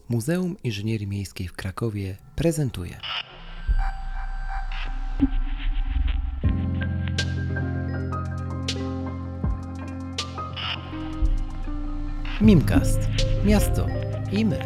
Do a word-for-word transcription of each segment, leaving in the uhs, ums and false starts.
Muzeum Inżynierii Miejskiej w Krakowie prezentuje Mimcast. Miasto i my.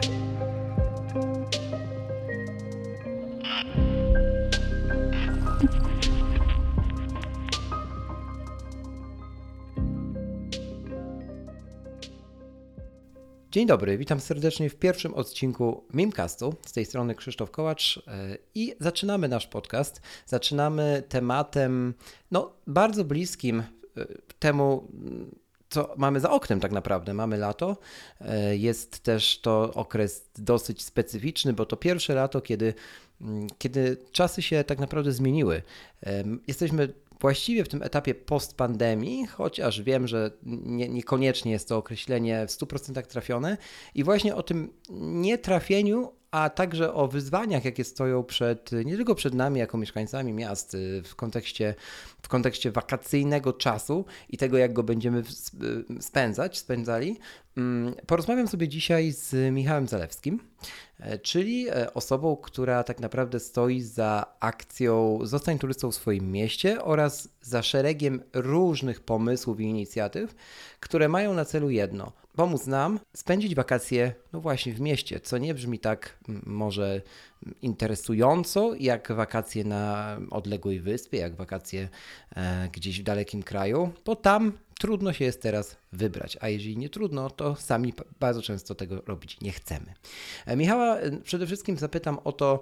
Dzień dobry, witam serdecznie w pierwszym odcinku Mimcastu. Z tej strony Krzysztof Kołacz i zaczynamy nasz podcast. Zaczynamy tematem no, bardzo bliskim temu, co mamy za oknem tak naprawdę. Mamy lato. Jest też to okres dosyć specyficzny, bo to pierwsze lato, kiedy, kiedy czasy się tak naprawdę zmieniły. Jesteśmy właściwie w tym etapie postpandemii, chociaż wiem, że nie, niekoniecznie jest to określenie w stu procentach trafione i właśnie o tym nietrafieniu, a także o wyzwaniach, jakie stoją przed, nie tylko przed nami jako mieszkańcami miast w kontekście, w kontekście wakacyjnego czasu i tego, jak go będziemy spędzać, spędzali, porozmawiam sobie dzisiaj z Michałem Zalewskim, czyli osobą, która tak naprawdę stoi za akcją Zostań turystą w swoim mieście oraz za szeregiem różnych pomysłów i inicjatyw, które mają na celu jedno: pomóc nam spędzić wakacje no właśnie w mieście, co nie brzmi tak może interesująco jak wakacje na odległej wyspie, jak wakacje e, gdzieś w dalekim kraju, bo tam trudno się jest teraz wybrać, a jeżeli nie trudno, to sami bardzo często tego robić nie chcemy. Michała przede wszystkim zapytam o to,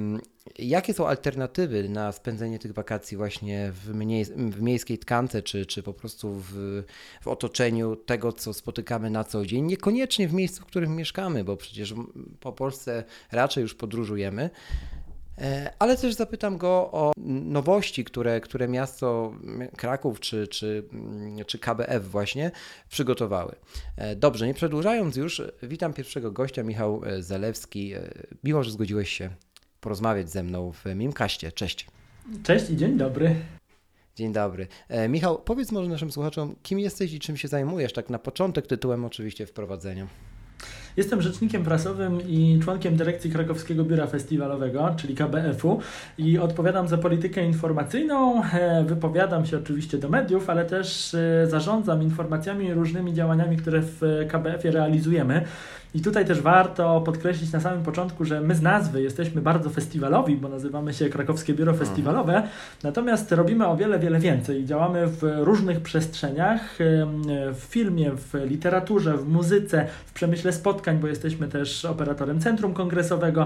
jakie są alternatywy na spędzenie tych wakacji właśnie w, mniej, w miejskiej tkance, czy, czy po prostu w, w otoczeniu tego, co spotykamy na co dzień, niekoniecznie w miejscu, w którym mieszkamy, bo przecież po Polsce raczej już podróżujemy. Ale też zapytam go o nowości, które, które miasto Kraków czy, czy, czy K B F właśnie przygotowały. Dobrze, nie przedłużając już, witam pierwszego gościa, Michał Zalewski. Miło, że zgodziłeś się porozmawiać ze mną w Mimcaście. Cześć. Cześć i dzień dobry. Dzień dobry. Michał, powiedz może naszym słuchaczom, kim jesteś i czym się zajmujesz, tak na początek, tytułem oczywiście wprowadzenia. Jestem rzecznikiem prasowym i członkiem dyrekcji Krakowskiego Biura Festiwalowego, czyli K B F-u, i odpowiadam za politykę informacyjną, wypowiadam się oczywiście do mediów, ale też zarządzam informacjami i różnymi działaniami, które w K B F-ie realizujemy. I tutaj też warto podkreślić na samym początku, że my z nazwy jesteśmy bardzo festiwalowi, bo nazywamy się Krakowskie Biuro Festiwalowe, natomiast robimy o wiele, wiele więcej. Działamy w różnych przestrzeniach, w filmie, w literaturze, w muzyce, w przemyśle spotkań, bo jesteśmy też operatorem Centrum Kongresowego,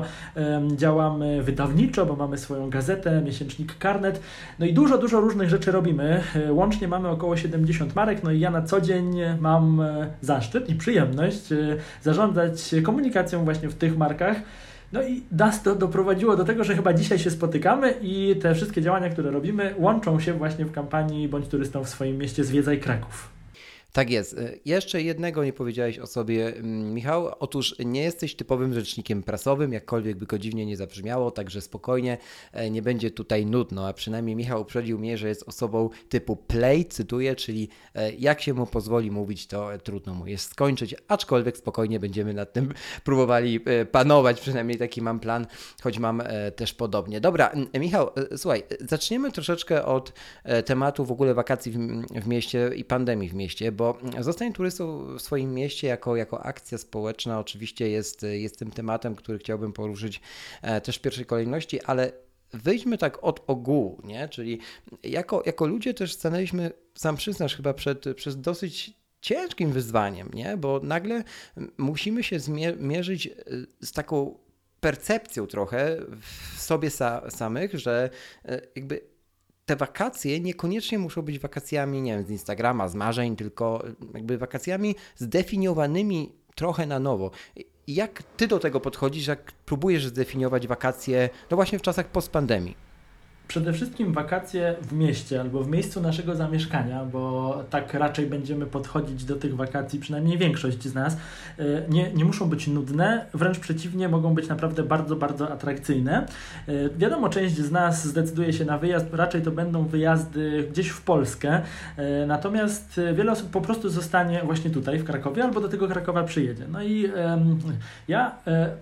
działamy wydawniczo, bo mamy swoją gazetę, miesięcznik Karnet, no i dużo, dużo różnych rzeczy robimy. Łącznie mamy około siedemdziesiąt marek, no i ja na co dzień mam zaszczyt i przyjemność zarządzać komunikacją właśnie w tych markach. No i nas to doprowadziło do tego, że chyba dzisiaj się spotykamy i te wszystkie działania, które robimy, łączą się właśnie w kampanii Bądź turystą w swoim mieście, Zwiedzaj Kraków. Tak jest. Jeszcze jednego nie powiedziałeś o sobie, Michał. Otóż nie jesteś typowym rzecznikiem prasowym, jakkolwiek by go dziwnie nie zabrzmiało, także spokojnie, nie będzie tutaj nudno, a przynajmniej Michał uprzedził mnie, że jest osobą typu play, cytuję, czyli jak się mu pozwoli mówić, to trudno mu jest skończyć, aczkolwiek spokojnie będziemy nad tym próbowali panować, przynajmniej taki mam plan, choć mam też podobnie. Dobra, Michał, słuchaj, zaczniemy troszeczkę od tematu w ogóle wakacji w, w mieście i pandemii w mieście, bo Bo Zostań turystą w swoim mieście jako, jako akcja społeczna oczywiście jest, jest tym tematem, który chciałbym poruszyć też w pierwszej kolejności, ale wyjdźmy tak od ogółu, nie? Czyli jako, jako ludzie też stanęliśmy, sam przyznasz, chyba przed, przed dosyć ciężkim wyzwaniem, nie? Bo nagle musimy się zmierzyć z taką percepcją trochę w sobie sa, samych, że jakby te wakacje niekoniecznie muszą być wakacjami, nie wiem, z Instagrama, z marzeń, tylko jakby wakacjami zdefiniowanymi trochę na nowo. Jak ty do tego podchodzisz, jak próbujesz zdefiniować wakacje, no właśnie w czasach postpandemii? Przede wszystkim wakacje w mieście albo w miejscu naszego zamieszkania, bo tak raczej będziemy podchodzić do tych wakacji, przynajmniej większość z nas, nie, nie muszą być nudne, wręcz przeciwnie, mogą być naprawdę bardzo, bardzo atrakcyjne. Wiadomo, część z nas zdecyduje się na wyjazd, raczej to będą wyjazdy gdzieś w Polskę, natomiast wiele osób po prostu zostanie właśnie tutaj w Krakowie albo do tego Krakowa przyjedzie. No i um, ja...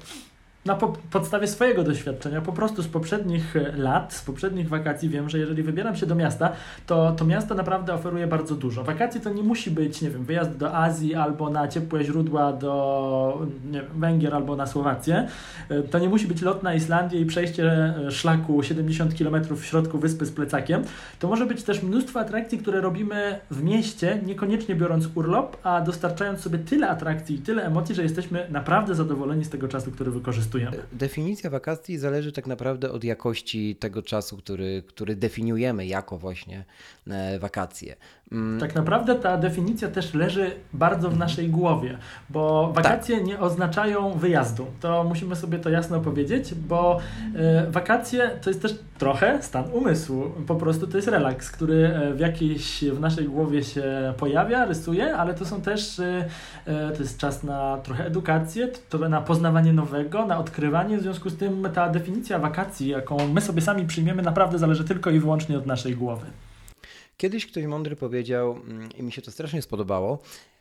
Na po- podstawie swojego doświadczenia, po prostu z poprzednich lat, z poprzednich wakacji wiem, że jeżeli wybieram się do miasta, to to miasto naprawdę oferuje bardzo dużo. Wakacje to nie musi być, nie wiem, wyjazd do Azji albo na ciepłe źródła do nie wiem, Węgier albo na Słowację. To nie musi być lot na Islandię i przejście szlaku siedemdziesiąt kilometrów w środku wyspy z plecakiem. To może być też mnóstwo atrakcji, które robimy w mieście, niekoniecznie biorąc urlop, a dostarczając sobie tyle atrakcji i tyle emocji, że jesteśmy naprawdę zadowoleni z tego czasu, który wykorzystujemy. Definicja wakacji zależy tak naprawdę od jakości tego czasu, który, który definiujemy jako właśnie wakacje. Tak naprawdę ta definicja też leży bardzo w naszej głowie, bo wakacje tak. nie oznaczają wyjazdu. To musimy sobie to jasno powiedzieć, bo y, wakacje to jest też trochę stan umysłu. Po prostu to jest relaks, który w jakiejś w naszej głowie się pojawia, rysuje, ale to są też y, y, to jest czas na trochę edukację, to, na poznawanie nowego, na odkrywanie. W związku z tym ta definicja wakacji, jaką my sobie sami przyjmiemy, naprawdę zależy tylko i wyłącznie od naszej głowy. Kiedyś ktoś mądry powiedział, i mi się to strasznie spodobało,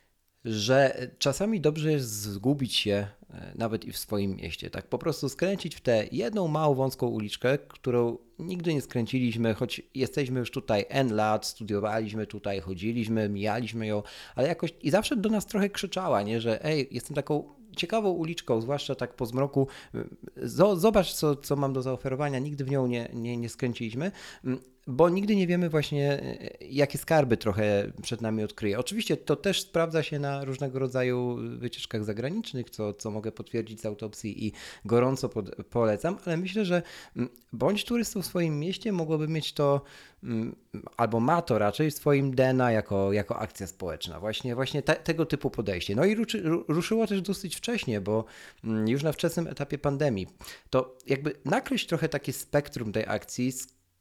że czasami dobrze jest zgubić się nawet i w swoim mieście. Tak po prostu skręcić w tę jedną małą wąską uliczkę, którą nigdy nie skręciliśmy, choć jesteśmy już tutaj N lat, studiowaliśmy tutaj, chodziliśmy, mijaliśmy ją, ale jakoś i zawsze do nas trochę krzyczała, nie, że ej, jestem taką ciekawą uliczką, zwłaszcza tak po zmroku, zobacz co, co mam do zaoferowania, nigdy w nią nie, nie, nie skręciliśmy, bo nigdy nie wiemy właśnie, jakie skarby trochę przed nami odkryje. Oczywiście to też sprawdza się na różnego rodzaju wycieczkach zagranicznych, co, co mogę potwierdzić z autopsji i gorąco pod, polecam, ale myślę, że bądź turystą w swoim mieście mogłoby mieć to, albo ma to raczej w swoim D N A jako, jako akcja społeczna. Właśnie, właśnie te, tego typu podejście. No i ruszy, ruszyło też dosyć wcześnie, bo już na wczesnym etapie pandemii. To jakby nakreślić trochę takie spektrum tej akcji,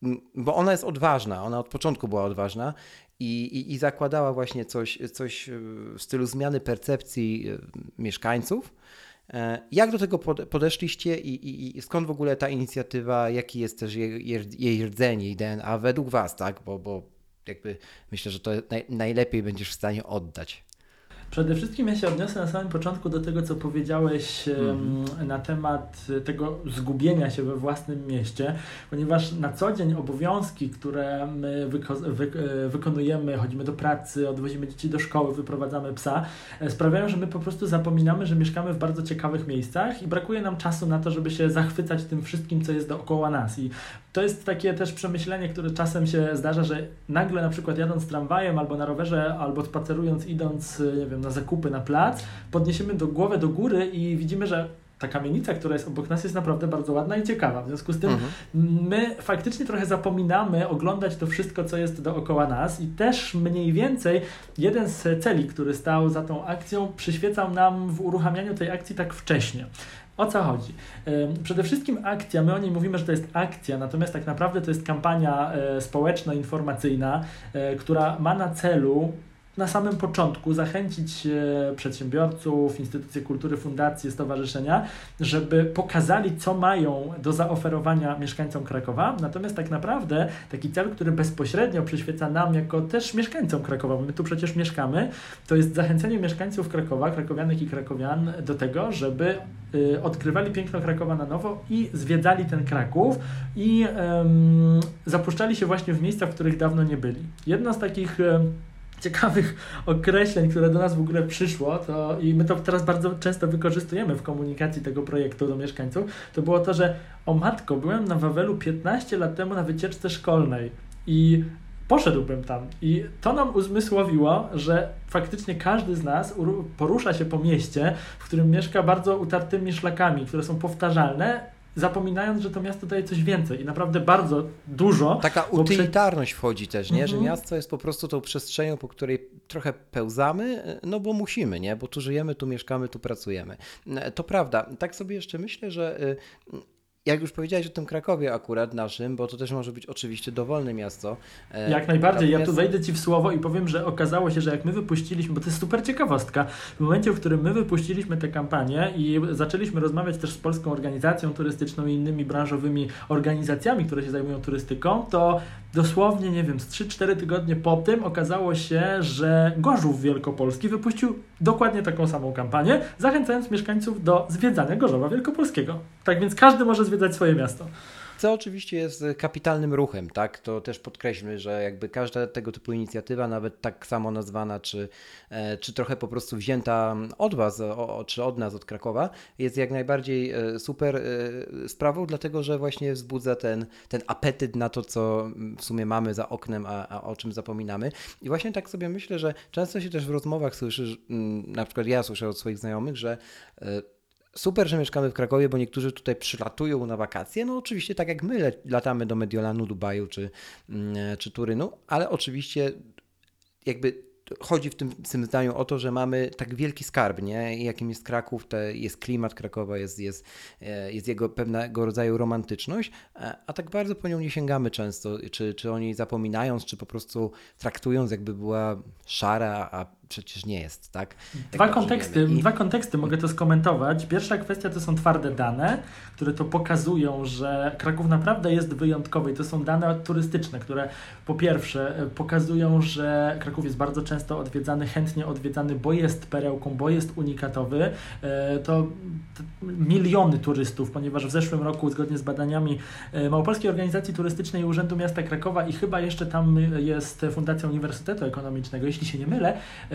bo ona jest odważna, ona od początku była odważna i, i, i zakładała właśnie coś, coś w stylu zmiany percepcji mieszkańców. Jak do tego podeszliście i, i, i skąd w ogóle ta inicjatywa, jaki jest też jej, jej rdzeń, jej D N A według Was, tak? Bo, bo jakby myślę, że to naj, najlepiej będziesz w stanie oddać. Przede wszystkim ja się odniosę na samym początku do tego, co powiedziałeś mm-hmm. na temat tego zgubienia się we własnym mieście, ponieważ na co dzień obowiązki, które my wyko- wy- wykonujemy, chodzimy do pracy, odwozimy dzieci do szkoły, wyprowadzamy psa, sprawiają, że my po prostu zapominamy, że mieszkamy w bardzo ciekawych miejscach i brakuje nam czasu na to, żeby się zachwycać tym wszystkim, co jest dookoła nas. I to jest takie też przemyślenie, które czasem się zdarza, że nagle na przykład jadąc tramwajem albo na rowerze, albo spacerując, idąc, nie wiem, na zakupy na plac, podniesiemy do głowę do góry i widzimy, że ta kamienica, która jest obok nas, jest naprawdę bardzo ładna i ciekawa. W związku z tym mhm. my faktycznie trochę zapominamy oglądać to wszystko, co jest dookoła nas i też mniej więcej jeden z celi, który stał za tą akcją, przyświecał nam w uruchamianiu tej akcji tak wcześnie. O co chodzi? Przede wszystkim akcja, my o niej mówimy, że to jest akcja, natomiast tak naprawdę to jest kampania społeczno-informacyjna, która ma na celu na samym początku zachęcić przedsiębiorców, instytucje kultury, fundacje, stowarzyszenia, żeby pokazali, co mają do zaoferowania mieszkańcom Krakowa. Natomiast tak naprawdę taki cel, który bezpośrednio przyświeca nam jako też mieszkańcom Krakowa, bo my tu przecież mieszkamy, to jest zachęcenie mieszkańców Krakowa, krakowianek i krakowian do tego, żeby y, odkrywali piękno Krakowa na nowo i zwiedzali ten Kraków i ym, zapuszczali się właśnie w miejsca, w których dawno nie byli. Jedno z takich y, ciekawych określeń, które do nas w ogóle przyszło, to i my to teraz bardzo często wykorzystujemy w komunikacji tego projektu do mieszkańców, to było to, że o matko, byłem na Wawelu piętnaście lat temu na wycieczce szkolnej i poszedłbym tam. I to nam uzmysłowiło, że faktycznie każdy z nas porusza się po mieście, w którym mieszka bardzo utartymi szlakami, które są powtarzalne, zapominając, że to miasto daje coś więcej i naprawdę bardzo dużo. Taka utylitarność przed... wchodzi też, nie? Mm-hmm. Że miasto jest po prostu tą przestrzenią, po której trochę pełzamy, no bo musimy, nie? Bo tu żyjemy, tu mieszkamy, tu pracujemy. To prawda. Tak sobie jeszcze myślę, że jak już powiedziałeś o tym Krakowie akurat naszym, bo to też może być oczywiście dowolne miasto. Jak najbardziej. Natomiast... Ja tu wejdę Ci w słowo i powiem, że okazało się, że jak my wypuściliśmy, bo to jest super ciekawostka, w momencie, w którym my wypuściliśmy tę kampanię i zaczęliśmy rozmawiać też z Polską Organizacją Turystyczną i innymi branżowymi organizacjami, które się zajmują turystyką, to dosłownie, nie wiem, z trzy cztery tygodnie po tym okazało się, że Gorzów Wielkopolski wypuścił dokładnie taką samą kampanię, zachęcając mieszkańców do zwiedzania Gorzowa Wielkopolskiego. Tak więc każdy może zwiedzać swoje miasto. Co oczywiście jest kapitalnym ruchem, tak? To też podkreślmy, że jakby każda tego typu inicjatywa, nawet tak samo nazwana, czy, czy trochę po prostu wzięta od Was, o, czy od nas, od Krakowa, jest jak najbardziej super sprawą, dlatego że właśnie wzbudza ten, ten apetyt na to, co w sumie mamy za oknem, a, a o czym zapominamy. I właśnie tak sobie myślę, że często się też w rozmowach słyszy, że, na przykład ja słyszę od swoich znajomych, że super, że mieszkamy w Krakowie, bo niektórzy tutaj przylatują na wakacje. No oczywiście tak jak my latamy do Mediolanu, Dubaju czy, czy Turynu, ale oczywiście jakby chodzi w tym, w tym zdaniu o to, że mamy tak wielki skarb, nie? Jakim jest Kraków, to jest klimat Krakowa, jest, jest, jest jego pewnego rodzaju romantyczność, a tak bardzo po nią nie sięgamy często, czy, czy o niej zapominając, czy po prostu traktując, jakby była szara, a przecież nie jest, tak? Dwa konteksty, I... dwa konteksty mogę to skomentować. Pierwsza kwestia to są twarde dane, które to pokazują, że Kraków naprawdę jest wyjątkowy i to są dane turystyczne, które po pierwsze pokazują, że Kraków jest bardzo często odwiedzany, chętnie odwiedzany, bo jest perełką, bo jest unikatowy. To miliony turystów, ponieważ w zeszłym roku zgodnie z badaniami Małopolskiej Organizacji Turystycznej i Urzędu Miasta Krakowa i chyba jeszcze tam jest Fundacja Uniwersytetu Ekonomicznego, jeśli się nie mylę,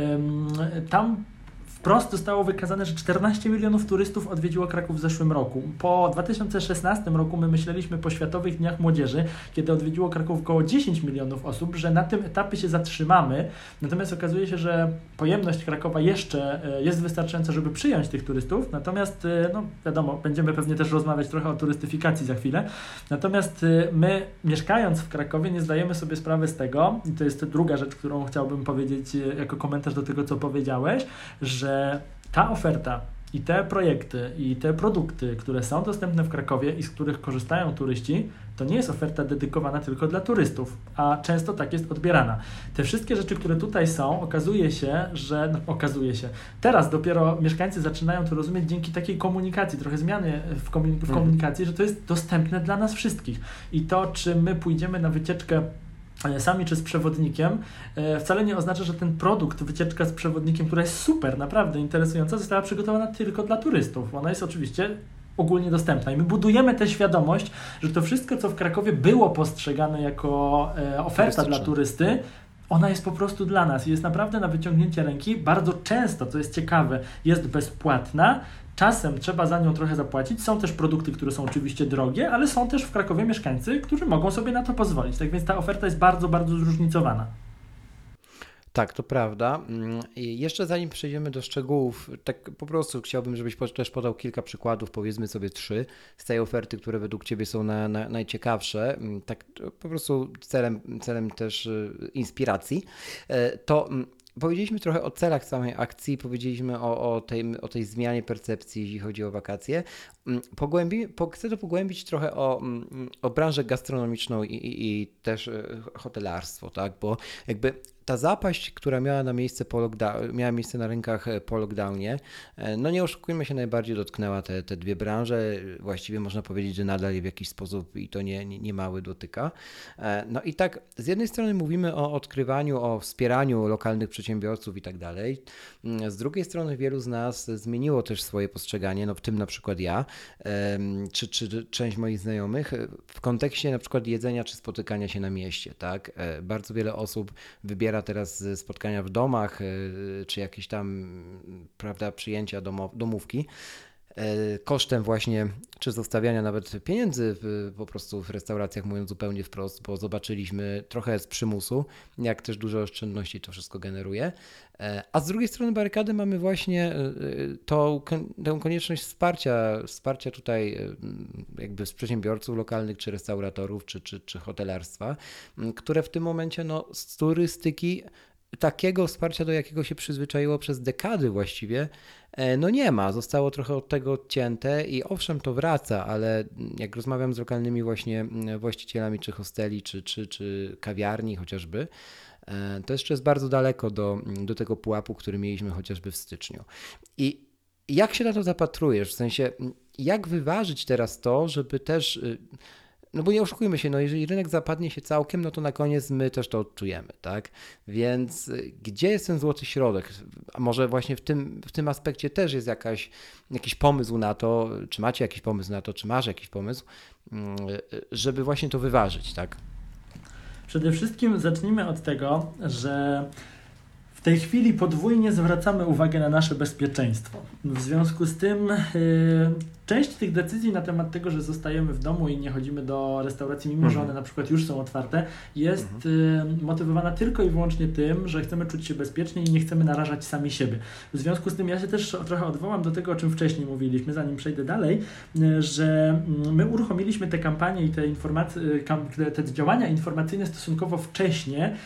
tam wprost zostało wykazane, że czternaście milionów turystów odwiedziło Kraków w zeszłym roku. Po dwa tysiące szesnastym roku my myśleliśmy po Światowych Dniach Młodzieży, kiedy odwiedziło Kraków około dziesięć milionów osób, że na tym etapie się zatrzymamy. Natomiast okazuje się, że pojemność Krakowa jeszcze jest wystarczająca, żeby przyjąć tych turystów. Natomiast, no wiadomo, będziemy pewnie też rozmawiać trochę o turystyfikacji za chwilę. Natomiast my, mieszkając w Krakowie, nie zdajemy sobie sprawy z tego, i to jest druga rzecz, którą chciałbym powiedzieć jako komentarz do tego, co powiedziałeś, że ta oferta i te projekty i te produkty, które są dostępne w Krakowie i z których korzystają turyści, to nie jest oferta dedykowana tylko dla turystów, a często tak jest odbierana. Te wszystkie rzeczy, które tutaj są, okazuje się, że no, okazuje się. Teraz dopiero mieszkańcy zaczynają to rozumieć dzięki takiej komunikacji, trochę zmiany w, komunik- w komunikacji, że to jest dostępne dla nas wszystkich. I to, czy my pójdziemy na wycieczkę sami czy z przewodnikiem, wcale nie oznacza, że ten produkt, wycieczka z przewodnikiem, która jest super, naprawdę interesująca, została przygotowana tylko dla turystów. Ona jest oczywiście ogólnie dostępna i my budujemy tę świadomość, że to wszystko, co w Krakowie było postrzegane jako oferta dla turysty, ona jest po prostu dla nas i jest naprawdę na wyciągnięcie ręki. Bardzo często, co jest ciekawe, jest bezpłatna. Czasem trzeba za nią trochę zapłacić. Są też produkty, które są oczywiście drogie, ale są też w Krakowie mieszkańcy, którzy mogą sobie na to pozwolić. Tak więc ta oferta jest bardzo, bardzo zróżnicowana. Tak, to prawda. I jeszcze zanim przejdziemy do szczegółów, tak po prostu chciałbym, żebyś też podał kilka przykładów, powiedzmy sobie trzy, z tej oferty, które według Ciebie są na, na, najciekawsze, tak po prostu celem, celem też inspiracji. To powiedzieliśmy trochę o celach samej akcji, powiedzieliśmy o, o, tej, o tej zmianie percepcji, jeśli chodzi o wakacje. Pogłębi, po, chcę to pogłębić trochę o, o branżę gastronomiczną i, i, i też hotelarstwo, tak? Bo jakby ta zapaść, która miała, na miejsce po lockdown, miała miejsce na rynkach po lockdownie, no nie oszukujmy się, najbardziej dotknęła te, te dwie branże. Właściwie można powiedzieć, że nadal je w jakiś sposób i to nie, nie, nie mały dotyka. No i tak z jednej strony mówimy o odkrywaniu, o wspieraniu lokalnych przedsiębiorców i tak dalej. Z drugiej strony wielu z nas zmieniło też swoje postrzeganie, no w tym na przykład ja, czy, czy część moich znajomych, w kontekście na przykład jedzenia czy spotykania się na mieście, tak? Bardzo wiele osób wybiera teraz spotkania w domach, czy jakieś tam, prawda, przyjęcia domo, domówki, kosztem właśnie, czy zostawiania nawet pieniędzy w, po prostu w restauracjach, mówiąc zupełnie wprost, bo zobaczyliśmy trochę z przymusu, jak też duże oszczędności to wszystko generuje. A z drugiej strony barykady mamy właśnie tą, tę konieczność wsparcia, wsparcia tutaj jakby z przedsiębiorców lokalnych, czy restauratorów, czy, czy, czy hotelarstwa, które w tym momencie no, z turystyki takiego wsparcia, do jakiego się przyzwyczaiło przez dekady właściwie, no nie ma. Zostało trochę od tego odcięte i owszem, to wraca, ale jak rozmawiam z lokalnymi właśnie właścicielami czy hosteli, czy, czy, czy kawiarni chociażby, to jeszcze jest bardzo daleko do, do tego pułapu, który mieliśmy chociażby w styczniu. I jak się na to zapatrujesz? W sensie, jak wyważyć teraz to, żeby też... No bo nie oszukujmy się, no jeżeli rynek zapadnie się całkiem, no to na koniec my też to odczujemy, tak? Więc gdzie jest ten złoty środek? A może właśnie w tym, w tym aspekcie też jest jakaś, jakiś pomysł na to, czy macie jakiś pomysł na to, czy masz jakiś pomysł, żeby właśnie to wyważyć, tak? Przede wszystkim zacznijmy od tego, że w tej chwili podwójnie zwracamy uwagę na nasze bezpieczeństwo. W związku z tym yy, część tych decyzji na temat tego, że zostajemy w domu i nie chodzimy do restauracji, mimo że one na przykład już są otwarte, jest yy, motywowana tylko i wyłącznie tym, że chcemy czuć się bezpiecznie i nie chcemy narażać sami siebie. W związku z tym ja się też trochę odwołam do tego, o czym wcześniej mówiliśmy, zanim przejdę dalej, yy, że my uruchomiliśmy te kampanie i te informacje, yy, te działania informacyjne stosunkowo wcześnie,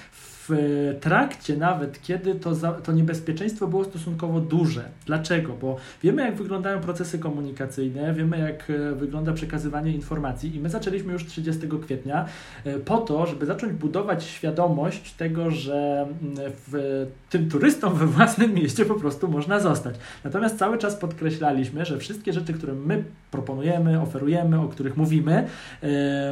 w trakcie nawet, kiedy to, za, to niebezpieczeństwo było stosunkowo duże. Dlaczego? Bo wiemy, jak wyglądają procesy komunikacyjne, wiemy, jak wygląda przekazywanie informacji i my zaczęliśmy już trzydziestego kwietnia po to, żeby zacząć budować świadomość tego, że w tym turystom we własnym mieście po prostu można zostać. Natomiast cały czas podkreślaliśmy, że wszystkie rzeczy, które my proponujemy, oferujemy, o których mówimy, yy,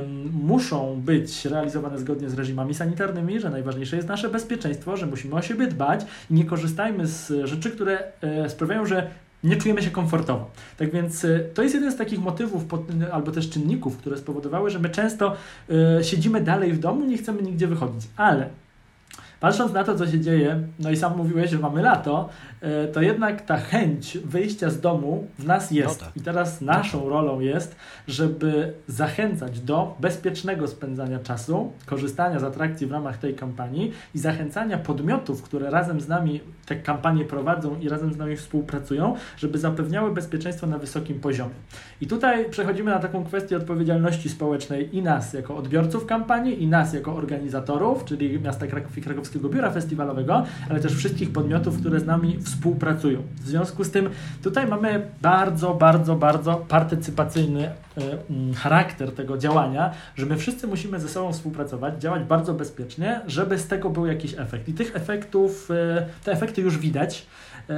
muszą być realizowane zgodnie z reżimami sanitarnymi, że najważniejsze jest nasze bezpieczeństwo, że musimy o siebie dbać i nie korzystajmy z rzeczy, które yy, sprawiają, że nie czujemy się komfortowo. Tak więc yy, to jest jeden z takich motywów pod, albo też czynników, które spowodowały, że my często yy, siedzimy dalej w domu, nie chcemy nigdzie wychodzić, ale patrząc na to, co się dzieje, no i sam mówiłeś, że mamy lato, to jednak ta chęć wyjścia z domu w nas jest. No tak. I teraz naszą rolą jest, żeby zachęcać do bezpiecznego spędzania czasu, korzystania z atrakcji w ramach tej kampanii i zachęcania podmiotów, które razem z nami te kampanie prowadzą i razem z nami współpracują, żeby zapewniały bezpieczeństwo na wysokim poziomie. I tutaj przechodzimy na taką kwestię odpowiedzialności społecznej i nas jako odbiorców kampanii, i nas jako organizatorów, czyli Miasta Kraków i Krakowskiego Biura Festiwalowego, ale też wszystkich podmiotów, które z nami współpracują. W związku z tym tutaj mamy bardzo, bardzo, bardzo partycypacyjny y, charakter tego działania, że my wszyscy musimy ze sobą współpracować, działać bardzo bezpiecznie, żeby z tego był jakiś efekt. I tych efektów, y, te efekty już widać, y,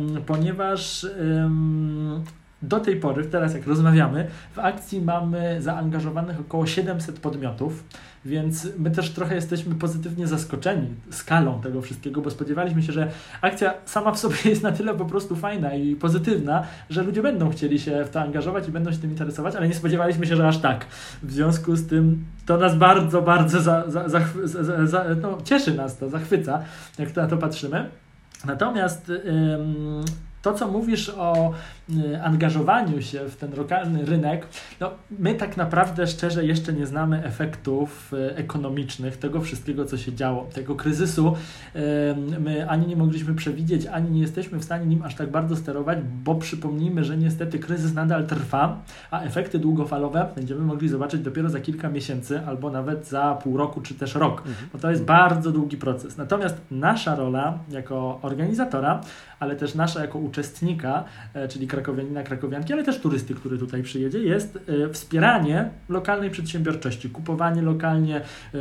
ponieważ y, do tej pory, teraz jak rozmawiamy, w akcji mamy zaangażowanych około siedemset podmiotów, więc my też trochę jesteśmy pozytywnie zaskoczeni skalą tego wszystkiego, bo spodziewaliśmy się, że akcja sama w sobie jest na tyle po prostu fajna i pozytywna, że ludzie będą chcieli się w to angażować i będą się tym interesować, ale nie spodziewaliśmy się, że aż tak. W związku z tym to nas bardzo, bardzo za, za, za, za, za, no, cieszy nas to, zachwyca, jak na to patrzymy. Natomiast ym, to, co mówisz o y, angażowaniu się w ten lokalny rynek, no my tak naprawdę szczerze jeszcze nie znamy efektów y, ekonomicznych tego wszystkiego, co się działo. Tego kryzysu y, my ani nie mogliśmy przewidzieć, ani nie jesteśmy w stanie nim aż tak bardzo sterować, bo przypomnijmy, że niestety kryzys nadal trwa, a efekty długofalowe będziemy mogli zobaczyć dopiero za kilka miesięcy, albo nawet za pół roku, czy też rok. Mhm. Bo to jest bardzo długi proces. Natomiast nasza rola jako organizatora, ale też nasza jako uczestnika, czyli krakowianina, krakowianki, ale też turysty, który tutaj przyjedzie, jest wspieranie lokalnej przedsiębiorczości, kupowanie lokalnie,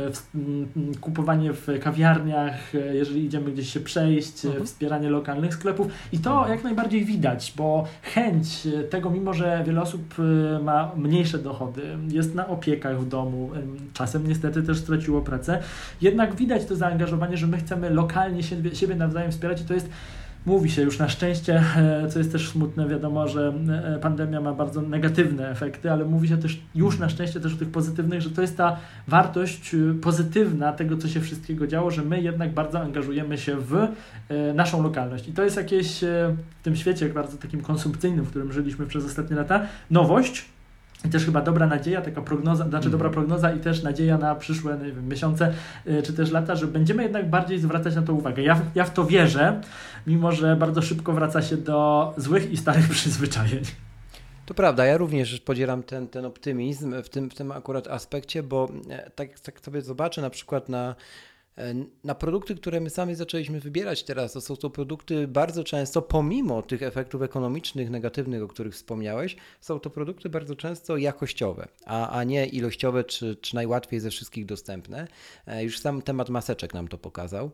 kupowanie w kawiarniach, jeżeli idziemy gdzieś się przejść, mhm. wspieranie lokalnych sklepów i to jak najbardziej widać, bo chęć tego, mimo że wiele osób ma mniejsze dochody, jest na opiekach w domu, czasem niestety też straciło pracę, jednak widać to zaangażowanie, że my chcemy lokalnie siebie, siebie nawzajem wspierać i to jest Mówi się już na szczęście, co jest też smutne, wiadomo, że pandemia ma bardzo negatywne efekty, ale mówi się też już na szczęście też o tych pozytywnych, że to jest ta wartość pozytywna tego, co się wszystkiego działo, że my jednak bardzo angażujemy się w naszą lokalność. I to jest jakieś w tym świecie bardzo takim konsumpcyjnym, w którym żyliśmy przez ostatnie lata, nowość. I też chyba dobra nadzieja, taka prognoza, znaczy dobra prognoza i też nadzieja na przyszłe nie wiem, miesiące czy też lata, że będziemy jednak bardziej zwracać na to uwagę. Ja, ja w to wierzę, mimo że bardzo szybko wraca się do złych i starych przyzwyczajeń. To prawda, ja również podzielam ten, ten optymizm w tym, w tym akurat aspekcie, bo tak, tak sobie zobaczę na przykład na Na produkty, które my sami zaczęliśmy wybierać teraz, to są to produkty bardzo często, pomimo tych efektów ekonomicznych, negatywnych, o których wspomniałeś, są to produkty bardzo często jakościowe, a, a nie ilościowe czy, czy najłatwiej ze wszystkich dostępne. Już sam temat maseczek nam to pokazał,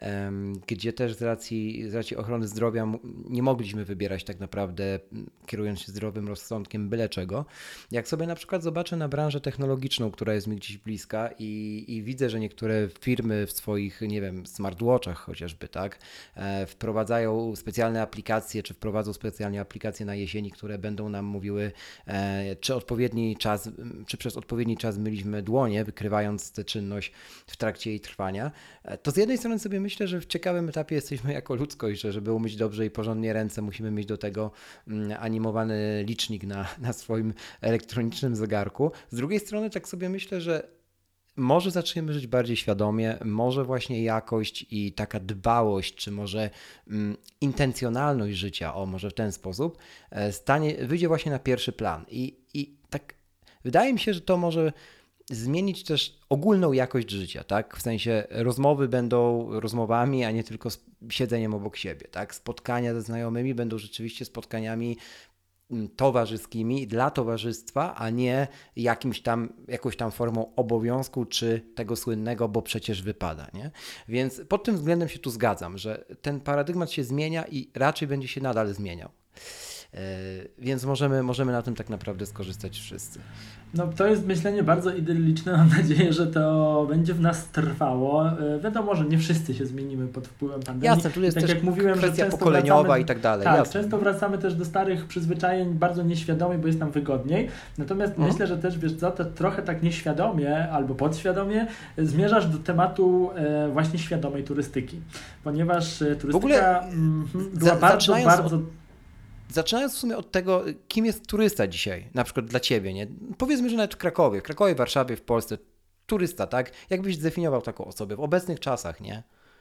gdzie też z racji, z racji ochrony zdrowia nie mogliśmy wybierać tak naprawdę, kierując się zdrowym rozsądkiem, byle czego. Jak sobie na przykład zobaczę na branżę technologiczną, która jest mi gdzieś bliska i, i widzę, że niektóre firmy w swoich, nie wiem, smartwatchach chociażby, tak, e, wprowadzają specjalne aplikacje, czy wprowadzą specjalnie aplikacje na jesieni, które będą nam mówiły, e, czy odpowiedni czas, czy przez odpowiedni czas myliśmy dłonie, wykrywając tę czynność w trakcie jej trwania. E, to z jednej strony sobie myślę, że w ciekawym etapie jesteśmy jako ludzkość, że żeby umyć dobrze i porządnie ręce, musimy mieć do tego mm, animowany licznik na, na swoim elektronicznym zegarku. Z drugiej strony tak sobie myślę, że może zaczniemy żyć bardziej świadomie, może właśnie jakość i taka dbałość, czy może mm, intencjonalność życia, o może w ten sposób, stanie, wyjdzie właśnie na pierwszy plan. I, i tak wydaje mi się, że to może zmienić też ogólną jakość życia, tak? W sensie rozmowy będą rozmowami, a nie tylko siedzeniem obok siebie, tak? Spotkania ze znajomymi będą rzeczywiście spotkaniami towarzyskimi dla towarzystwa, a nie jakimś tam, jakąś tam formą obowiązku czy tego słynnego, bo przecież wypada, nie? Więc pod tym względem się tu zgadzam, że ten paradygmat się zmienia i raczej będzie się nadal zmieniał. Yy, więc możemy, możemy na tym tak naprawdę skorzystać wszyscy. No to jest myślenie bardzo idylliczne, mam nadzieję, że to będzie w nas trwało. Yy, wiadomo, że nie wszyscy się zmienimy pod wpływem pandemii. Jasne, tu jest tak też jak mówiłem, kwestia że pokoleniowa wracamy, i tak dalej. Tak, jasne. często wracamy też do starych przyzwyczajeń bardzo nieświadomie, bo jest nam wygodniej. Natomiast mhm. myślę, że też, wiesz co, to trochę tak nieświadomie albo podświadomie zmierzasz do tematu yy, właśnie świadomej turystyki. Ponieważ yy, turystyka w ogóle, mm, była za, bardzo, bardzo... Od... Zaczynając w sumie od tego, kim jest turysta dzisiaj, na przykład dla Ciebie, nie? Powiedzmy, że nawet w Krakowie, w Krakowie, Warszawie, w Polsce, turysta, tak? Jak byś zdefiniował taką osobę w obecnych czasach, nie?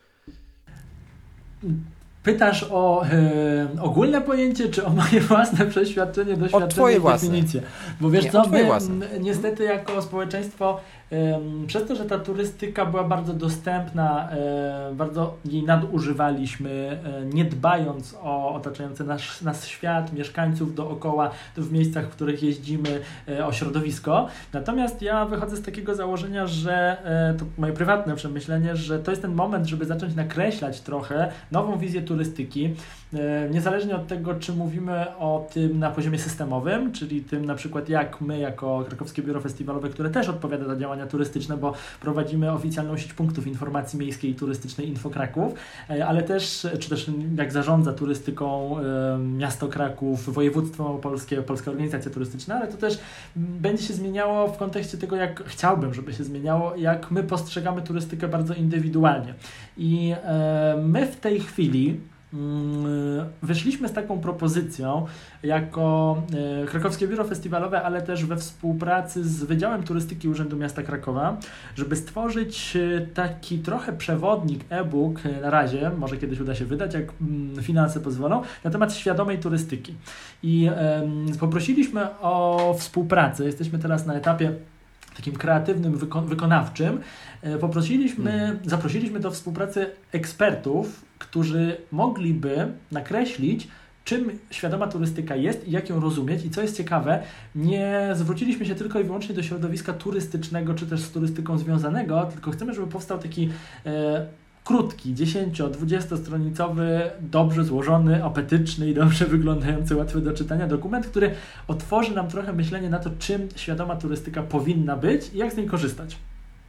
Pytasz o e, ogólne pojęcie, czy o moje własne przeświadczenie, doświadczenie, twoje definicję? Bo wiesz nie, co, my własne. niestety jako społeczeństwo e, przez to, że ta turystyka była bardzo dostępna, e, bardzo jej nadużywaliśmy, e, nie dbając o otaczający nas, nas świat, mieszkańców dookoła, w miejscach, w których jeździmy, e, o środowisko. Natomiast ja wychodzę z takiego założenia, że e, to moje prywatne przemyślenie, że to jest ten moment, żeby zacząć nakreślać trochę nową wizję turystyki, turystyki, niezależnie od tego, czy mówimy o tym na poziomie systemowym, czyli tym na przykład jak my jako Krakowskie Biuro Festiwalowe, które też odpowiada za działania turystyczne, bo prowadzimy oficjalną sieć punktów informacji miejskiej i turystycznej Info Kraków, ale też, czy też jak zarządza turystyką miasto Kraków, województwo małopolskie, Polska Organizacja Turystyczna, ale to też będzie się zmieniało w kontekście tego, jak chciałbym, żeby się zmieniało, jak my postrzegamy turystykę bardzo indywidualnie. I my w tej chwili wyszliśmy z taką propozycją jako Krakowskie Biuro Festiwalowe, ale też we współpracy z Wydziałem Turystyki Urzędu Miasta Krakowa, żeby stworzyć taki trochę przewodnik, e-book na razie, może kiedyś uda się wydać, jak finanse pozwolą, na temat świadomej turystyki. I poprosiliśmy o współpracę. Jesteśmy teraz na etapie takim kreatywnym, wyko- wykonawczym. Poprosiliśmy, hmm. zaprosiliśmy do współpracy ekspertów, którzy mogliby nakreślić, czym świadoma turystyka jest i jak ją rozumieć. I co jest ciekawe, nie zwróciliśmy się tylko i wyłącznie do środowiska turystycznego, czy też z turystyką związanego, tylko chcemy, żeby powstał taki e, krótki, dziesięcio-dwudziestostronicowy, dobrze złożony, apetyczny i dobrze wyglądający, łatwy do czytania dokument, który otworzy nam trochę myślenie na to, czym świadoma turystyka powinna być i jak z niej korzystać.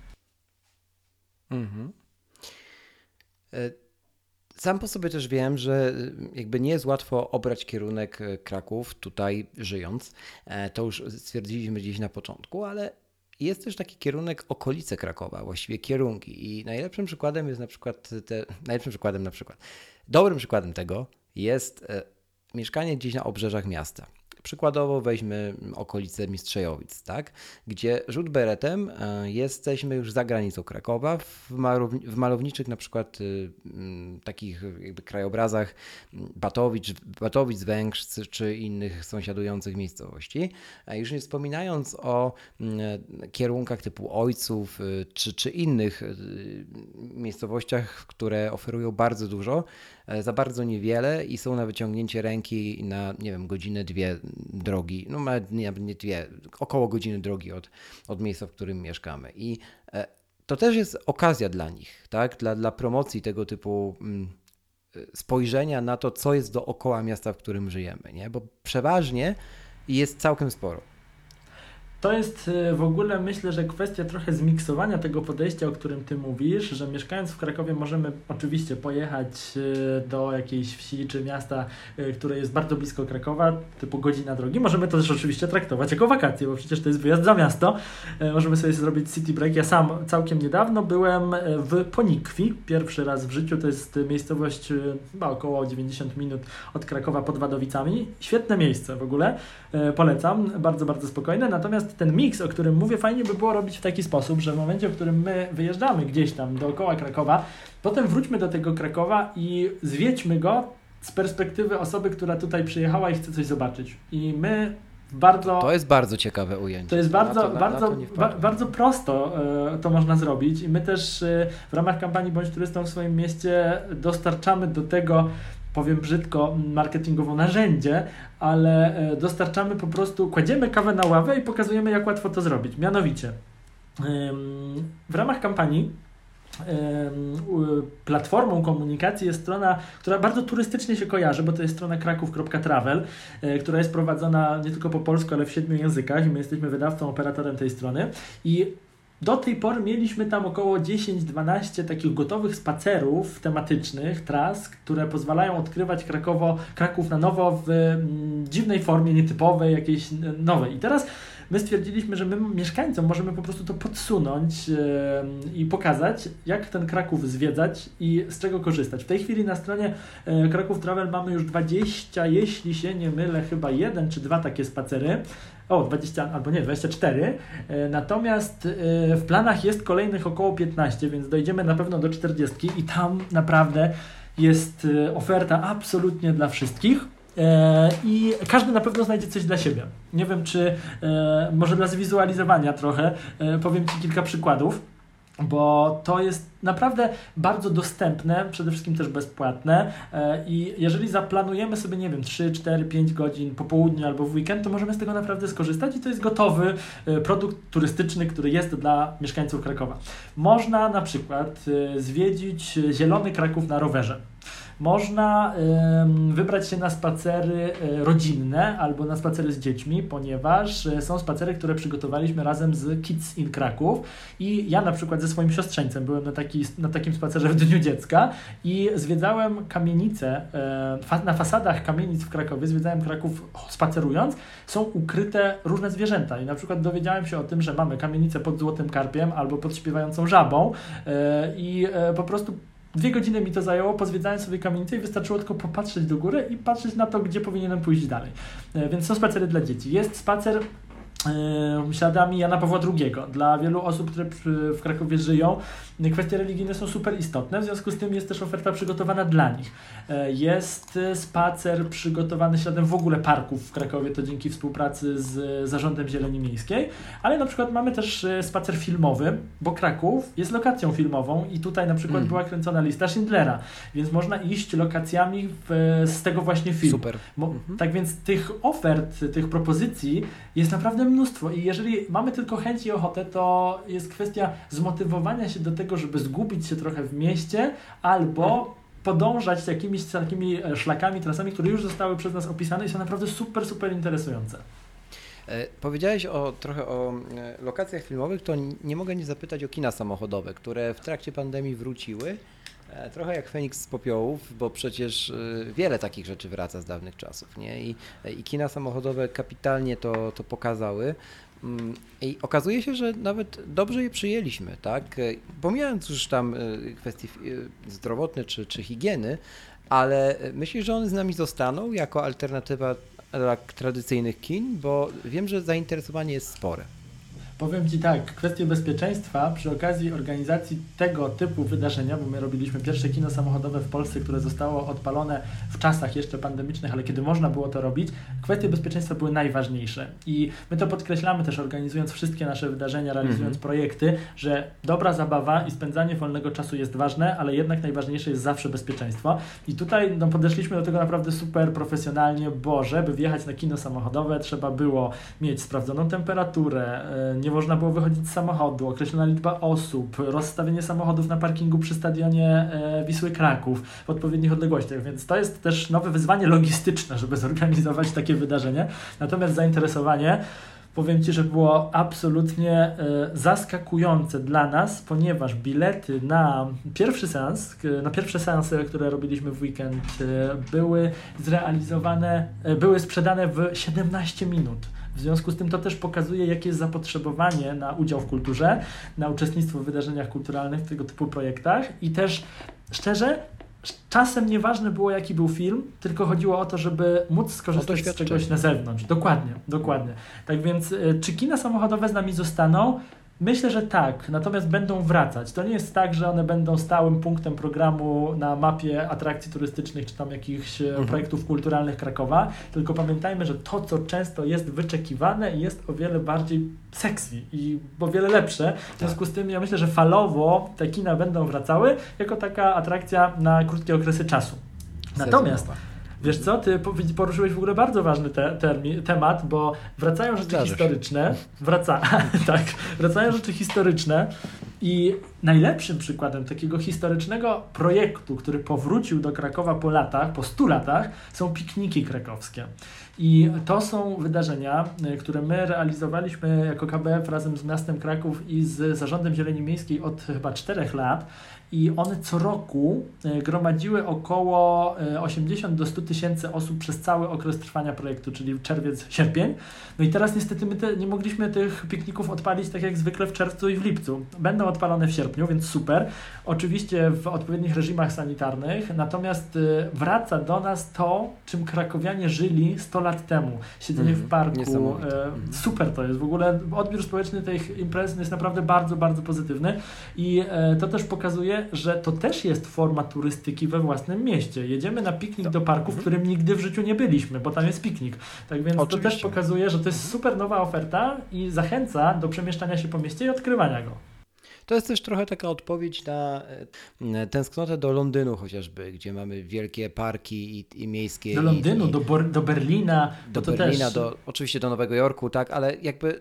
Mhm. Sam po sobie też wiem, że jakby nie jest łatwo obrać kierunek Kraków tutaj żyjąc. To już stwierdziliśmy gdzieś na początku, ale jest też taki kierunek okolice Krakowa, właściwie kierunki i najlepszym przykładem jest na przykład, te, najlepszym przykładem na przykład, dobrym przykładem tego jest e, mieszkanie gdzieś na obrzeżach miasta. Przykładowo weźmy okolice Mistrzejowic, tak? Gdzie rzut beretem jesteśmy już za granicą Krakowa, w, malowni- w malowniczych na przykład y, m, takich jakby krajobrazach Batowic, Batowic, Węgrz czy innych sąsiadujących miejscowości. A już nie wspominając o m, kierunkach typu Ojców y, czy, czy innych y, miejscowościach, które oferują bardzo dużo, za bardzo niewiele i są na wyciągnięcie ręki na, nie wiem, godzinę, dwie drogi, no nie, nie dwie, około godziny drogi od, od miejsca, w którym mieszkamy. I to też jest okazja dla nich, tak, dla, dla promocji tego typu spojrzenia na to, co jest dookoła miasta, w którym żyjemy, nie? Bo przeważnie jest całkiem sporo. To jest w ogóle, myślę, że kwestia trochę zmiksowania tego podejścia, o którym Ty mówisz, że mieszkając w Krakowie możemy oczywiście pojechać do jakiejś wsi czy miasta, które jest bardzo blisko Krakowa, typu godzina drogi. Możemy to też oczywiście traktować jako wakacje, bo przecież to jest wyjazd za miasto. Możemy sobie zrobić city break. Ja sam całkiem niedawno byłem w Ponikwi, pierwszy raz w życiu. To jest miejscowość chyba około dziewięćdziesiąt minut od Krakowa pod Wadowicami. Świetne miejsce w ogóle. Polecam. Bardzo, bardzo spokojne. Natomiast ten miks, o którym mówię, fajnie by było robić w taki sposób, że w momencie, w którym my wyjeżdżamy gdzieś tam dookoła Krakowa, potem wróćmy do tego Krakowa i zwiedźmy go z perspektywy osoby, która tutaj przyjechała i chce coś zobaczyć. I my bardzo... To jest bardzo ciekawe ujęcie. To jest bardzo, na to, na, bardzo, na ba, bardzo prosto y, to można zrobić i my też y, w ramach kampanii Bądź Turystą w swoim mieście dostarczamy do tego, powiem brzydko, marketingowo narzędzie, ale dostarczamy po prostu, kładziemy kawę na ławę i pokazujemy, jak łatwo to zrobić. Mianowicie, w ramach kampanii platformą komunikacji jest strona, która bardzo turystycznie się kojarzy, bo to jest strona kraków kropka travel, która jest prowadzona nie tylko po polsku, ale w siedmiu językach i my jesteśmy wydawcą, operatorem tej strony i do tej pory mieliśmy tam około dziesięć dwanaście takich gotowych spacerów tematycznych, tras, które pozwalają odkrywać Krakowo, Kraków na nowo w mm, dziwnej formie, nietypowej, jakiejś nowej. I teraz my stwierdziliśmy, że my mieszkańcom możemy po prostu to podsunąć yy, i pokazać, jak ten Kraków zwiedzać i z czego korzystać. W tej chwili na stronie yy, Kraków Travel mamy już dwadzieścia, jeśli się nie mylę, chyba jeden czy dwa takie spacery. O, dwadzieścia albo nie, dwadzieścia cztery. Natomiast w planach jest kolejnych około piętnaście, więc dojdziemy na pewno do czterdzieści i tam naprawdę jest oferta absolutnie dla wszystkich. I każdy na pewno znajdzie coś dla siebie. Nie wiem, czy może dla zwizualizowania trochę powiem Ci kilka przykładów, bo to jest naprawdę bardzo dostępne, przede wszystkim też bezpłatne i jeżeli zaplanujemy sobie, nie wiem, trzy, cztery, pięć godzin po południu albo w weekend, to możemy z tego naprawdę skorzystać i to jest gotowy produkt turystyczny, który jest dla mieszkańców Krakowa. Można na przykład zwiedzić Zielony Kraków na rowerze. Można y, wybrać się na spacery y, rodzinne albo na spacery z dziećmi, ponieważ y, są spacery, które przygotowaliśmy razem z Kids in Kraków i ja na przykład ze swoim siostrzeńcem byłem na, taki, na takim spacerze w Dniu Dziecka i zwiedzałem kamienice, y, fa- na fasadach kamienic w Krakowie, zwiedzałem Kraków spacerując, są ukryte różne zwierzęta i na przykład dowiedziałem się o tym, że mamy kamienicę pod Złotym Karpiem albo pod Śpiewającą Żabą y, i y, po prostu Dwie godziny mi to zajęło, pozwiedzałem sobie kamienicę i wystarczyło tylko popatrzeć do góry i patrzeć na to, gdzie powinienem pójść dalej. Więc są spacery dla dzieci. Jest spacer yy, śladami Jana Pawła drugiego. Dla wielu osób, które w Krakowie żyją, kwestie religijne są super istotne, w związku z tym jest też oferta przygotowana dla nich. Jest spacer przygotowany śladem w ogóle parków w Krakowie, to dzięki współpracy z Zarządem Zieleni Miejskiej, ale na przykład mamy też spacer filmowy, bo Kraków jest lokacją filmową i tutaj na przykład mm. była kręcona lista Schindlera, więc można iść lokacjami w, z tego właśnie filmu. Super. Bo, mm-hmm. Tak więc tych ofert, tych propozycji jest naprawdę mnóstwo i jeżeli mamy tylko chęć i ochotę, to jest kwestia zmotywowania się do tego, żeby zgubić się trochę w mieście albo podążać jakimiś takimi szlakami, trasami, które już zostały przez nas opisane i są naprawdę super, super interesujące. E, powiedziałeś o, trochę o e, lokacjach filmowych, to nie mogę nie zapytać o kina samochodowe, które w trakcie pandemii wróciły. E, trochę jak Feniks z popiołów, bo przecież e, wiele takich rzeczy wraca z dawnych czasów, nie? I, e, i kina samochodowe kapitalnie to, to pokazały. I okazuje się, że nawet dobrze je przyjęliśmy, tak? Pomijając już tam kwestie zdrowotne czy, czy higieny, ale myślisz, że one z nami zostaną jako alternatywa tak, tradycyjnych kin, bo wiem, że zainteresowanie jest spore. Powiem Ci tak, kwestie bezpieczeństwa przy okazji organizacji tego typu wydarzenia, bo my robiliśmy pierwsze kino samochodowe w Polsce, które zostało odpalone w czasach jeszcze pandemicznych, ale kiedy można było to robić, kwestie bezpieczeństwa były najważniejsze. I my to podkreślamy też, organizując wszystkie nasze wydarzenia, realizując mm-hmm. projekty, że dobra zabawa i spędzanie wolnego czasu jest ważne, ale jednak najważniejsze jest zawsze bezpieczeństwo. I tutaj no, podeszliśmy do tego naprawdę super profesjonalnie, bo żeby wjechać na kino samochodowe, trzeba było mieć sprawdzoną temperaturę, nie można było wychodzić z samochodu, określona liczba osób, rozstawienie samochodów na parkingu przy stadionie e, Wisły Kraków w odpowiednich odległościach, więc to jest też nowe wyzwanie logistyczne, żeby zorganizować takie wydarzenie. Natomiast zainteresowanie, powiem Ci, że było absolutnie e, zaskakujące dla nas, ponieważ bilety na pierwszy seans, na pierwsze seansy, które robiliśmy w weekend, e, były zrealizowane, e, były sprzedane w siedemnaście minut. W związku z tym to też pokazuje, jakie jest zapotrzebowanie na udział w kulturze, na uczestnictwo w wydarzeniach kulturalnych, w tego typu projektach i też szczerze, czasem nieważne było, jaki był film, tylko chodziło o to, żeby móc skorzystać z czegoś na zewnątrz. Dokładnie, dokładnie. Tak więc czy kina samochodowe z nami zostaną? Myślę, że tak, natomiast będą wracać. To nie jest tak, że one będą stałym punktem programu na mapie atrakcji turystycznych czy tam jakichś mhm. projektów kulturalnych Krakowa, tylko pamiętajmy, że to, co często jest wyczekiwane, jest o wiele bardziej sexy i o wiele lepsze. W związku z tym ja myślę, że falowo te kina będą wracały jako taka atrakcja na krótkie okresy czasu. Natomiast wiesz co, ty poruszyłeś w ogóle bardzo ważny te, termi, temat, bo wracają rzeczy Zdarzysz. historyczne, wraca, tak, wracają rzeczy historyczne i najlepszym przykładem takiego historycznego projektu, który powrócił do Krakowa po latach, po stu latach, są pikniki krakowskie. I to są wydarzenia, które my realizowaliśmy jako K B F razem z miastem Kraków i z Zarządem Zieleni Miejskiej od chyba czterech lat. I one co roku gromadziły około osiemdziesiąt do stu tysięcy osób przez cały okres trwania projektu, czyli czerwiec, sierpień. No i teraz niestety my te, nie mogliśmy tych pikników odpalić tak jak zwykle w czerwcu i w lipcu. Będą odpalone w sierpniu, więc super. Oczywiście w odpowiednich reżimach sanitarnych, natomiast wraca do nas to, czym krakowianie żyli sto lat temu. Siedzenie mm, w parku. E, super to jest. W ogóle odbiór społeczny tych imprez jest naprawdę bardzo, bardzo pozytywny i e, to też pokazuje, że to też jest forma turystyki we własnym mieście. Jedziemy na piknik do parku, w którym nigdy w życiu nie byliśmy, bo tam jest piknik. Tak więc Oczywiście. to też pokazuje, że to jest super nowa oferta i zachęca do przemieszczania się po mieście i odkrywania go. To jest też trochę taka odpowiedź na tęsknotę do Londynu chociażby, gdzie mamy wielkie parki i, i miejskie. Do Londynu, i, i, do, Bor- do Berlina. Do Berlina, też... do, oczywiście do Nowego Jorku, tak, ale jakby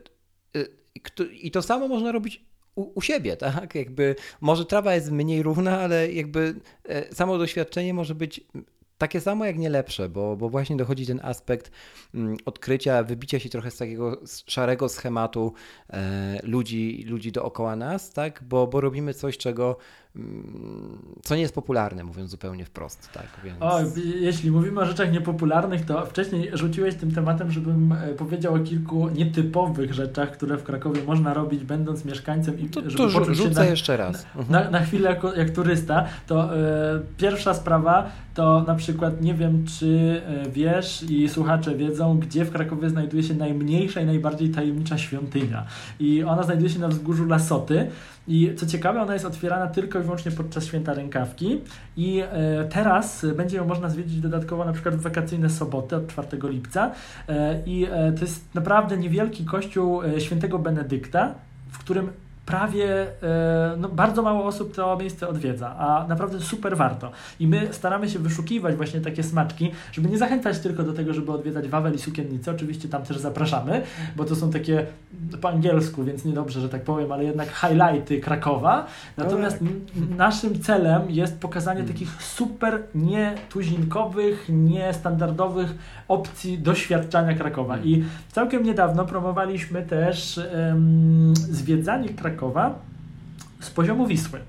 i to samo można robić U, u siebie, tak? Jakby może trawa jest mniej równa, ale jakby e, samo doświadczenie może być takie samo jak nie lepsze, bo, bo właśnie dochodzi ten aspekt mm, odkrycia, wybicia się trochę z takiego szarego schematu e, ludzi, ludzi dookoła nas, tak? Bo, bo robimy coś, czego co nie jest popularne, mówiąc zupełnie wprost. Tak? Więc... O, jeśli mówimy o rzeczach niepopularnych, to wcześniej rzuciłeś tym tematem, żebym powiedział o kilku nietypowych rzeczach, które w Krakowie można robić, będąc mieszkańcem i to, żeby to poczuć rzucę się na, jeszcze raz. Na, na, na chwilę jako, jak turysta, to e, pierwsza sprawa to na przykład nie wiem, czy e, wiesz i słuchacze wiedzą, gdzie w Krakowie znajduje się najmniejsza i najbardziej tajemnicza świątynia. I ona znajduje się na wzgórzu Lasoty. I co ciekawe, ona jest otwierana tylko i wyłącznie podczas Święta Rękawki i e, teraz będzie ją można zwiedzić dodatkowo na przykład w wakacyjne soboty od czwartego lipca e, i e, to jest naprawdę niewielki kościół e, Świętego Benedykta, w którym prawie e, no, bardzo mało osób to miejsce odwiedza, a naprawdę super warto. I my staramy się wyszukiwać właśnie takie smaczki, żeby nie zachęcać tylko do tego, żeby odwiedzać Wawel i Sukiennicę. Oczywiście tam też zapraszamy, bo to są takie po angielsku, więc niedobrze, że tak powiem, ale jednak highlighty Krakowa. Natomiast no tak. naszym celem jest pokazanie hmm. takich super nietuzinkowych, niestandardowych opcji doświadczania Krakowa. Hmm. I całkiem niedawno promowaliśmy też um, zwiedzanie Krakowa z poziomu Wisły.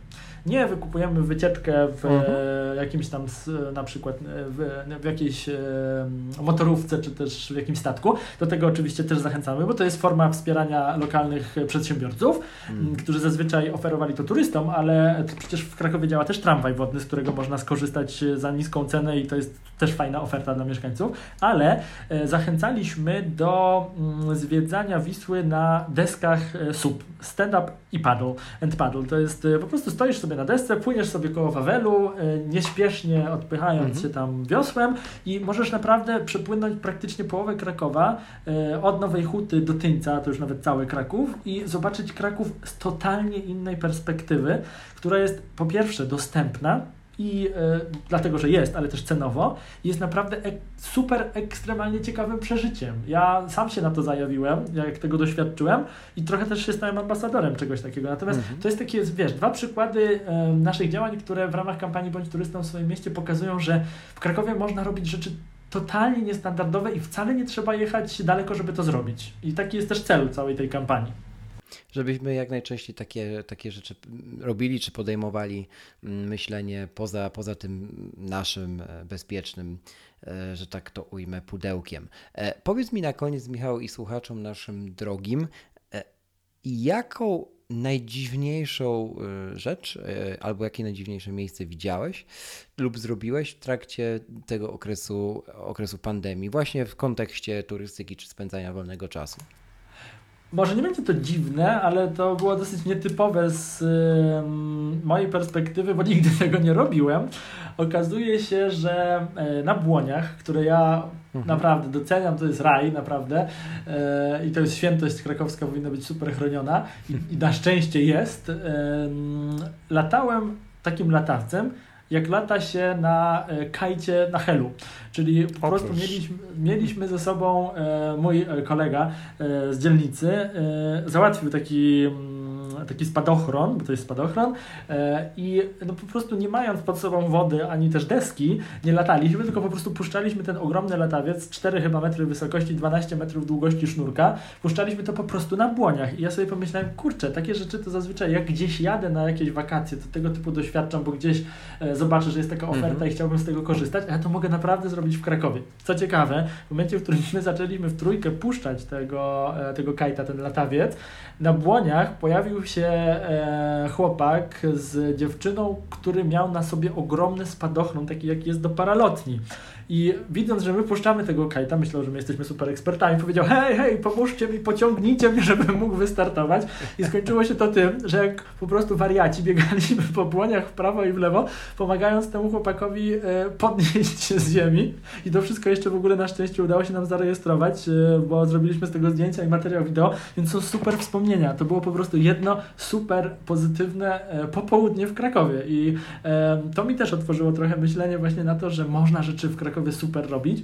Nie wykupujemy wycieczkę w Mhm. jakimś tam na przykład w, w jakiejś motorówce, czy też w jakimś statku. Do tego oczywiście też zachęcamy, bo to jest forma wspierania lokalnych przedsiębiorców, Mhm. którzy zazwyczaj oferowali to turystom, ale przecież w Krakowie działa też tramwaj wodny, z którego można skorzystać za niską cenę i to jest też fajna oferta dla mieszkańców, ale zachęcaliśmy do zwiedzania Wisły na deskach S U P, stand-up i paddle, and paddle. To jest po prostu stoisz sobie na desce, płyniesz sobie koło Wawelu, nieśpiesznie odpychając Mhm. się tam wiosłem i możesz naprawdę przepłynąć praktycznie połowę Krakowa, od Nowej Huty do Tyńca, to już nawet cały Kraków, i zobaczyć Kraków z totalnie innej perspektywy, która jest po pierwsze dostępna, i e, dlatego, że jest, ale też cenowo, jest naprawdę ek- super ekstremalnie ciekawym przeżyciem. Ja sam się na to zajawiłem, jak tego doświadczyłem i trochę też się stałem ambasadorem czegoś takiego. Natomiast Mhm. to jest takie, wiesz, dwa przykłady e, naszych działań, które w ramach kampanii Bądź Turystą w swoim mieście pokazują, że w Krakowie można robić rzeczy totalnie niestandardowe i wcale nie trzeba jechać daleko, żeby to zrobić. I taki jest też cel całej tej kampanii. Żebyśmy jak najczęściej takie, takie rzeczy robili, czy podejmowali myślenie poza, poza tym naszym bezpiecznym, że tak to ujmę, pudełkiem. Powiedz mi na koniec, Michał, i słuchaczom naszym drogim, jaką najdziwniejszą rzecz, albo jakie najdziwniejsze miejsce widziałeś lub zrobiłeś w trakcie tego okresu, okresu pandemii, właśnie w kontekście turystyki czy spędzania wolnego czasu? Może nie będzie to dziwne, ale to było dosyć nietypowe z y, mojej perspektywy, bo nigdy tego nie robiłem. Okazuje się, że y, na Błoniach, które ja mhm. naprawdę doceniam, to jest raj, naprawdę, y, i to jest świętość krakowska, powinna być super chroniona i, i na szczęście jest. Y, latałem takim latawcem, jak lata się na e, kajcie na Helu. Czyli po Oprócz. prostu mieliśmy, mieliśmy ze sobą, e, mój kolega e, z dzielnicy e, załatwił taki, m, taki spadochron, bo to jest spadochron e, i no po prostu nie mając pod sobą wody ani też deski, nie lataliśmy, tylko po prostu puszczaliśmy ten ogromny latawiec, cztery chyba metry wysokości, dwanaście metrów długości sznurka, puszczaliśmy to po prostu na Błoniach i ja sobie pomyślałem, kurczę, takie rzeczy to zazwyczaj jak gdzieś jadę na jakieś wakacje, to tego typu doświadczam, bo gdzieś e, zobaczę, że jest taka oferta mhm. i chciałbym z tego korzystać, a ja to mogę naprawdę zrobić w Krakowie. Co ciekawe, w momencie, w którym my zaczęliśmy w trójkę puszczać tego, tego kajta, ten latawiec, na Błoniach pojawił się e, chłopak z dziewczyną, który miał na sobie ogromny spadochron, taki jaki jest do paralotni. I widząc, że my puszczamy tego kajta, myślał, że my jesteśmy super ekspertami, powiedział, hej, hej, pomóżcie mi, pociągnijcie mnie, żebym mógł wystartować. I skończyło się to tym, że jak po prostu wariaci biegaliśmy po Błoniach w prawo i w lewo, pomagając temu chłopakowi e, podnieść się z ziemi. I to wszystko jeszcze w ogóle na szczęście udało się nam zarejestrować, e, bo zrobiliśmy z tego zdjęcia i materiał wideo, więc są super wspomnienia. To było po prostu jedno super pozytywne e, popołudnie w Krakowie. I e, to mi też otworzyło trochę myślenie właśnie na to, że można rzeczy w Krakowie super robić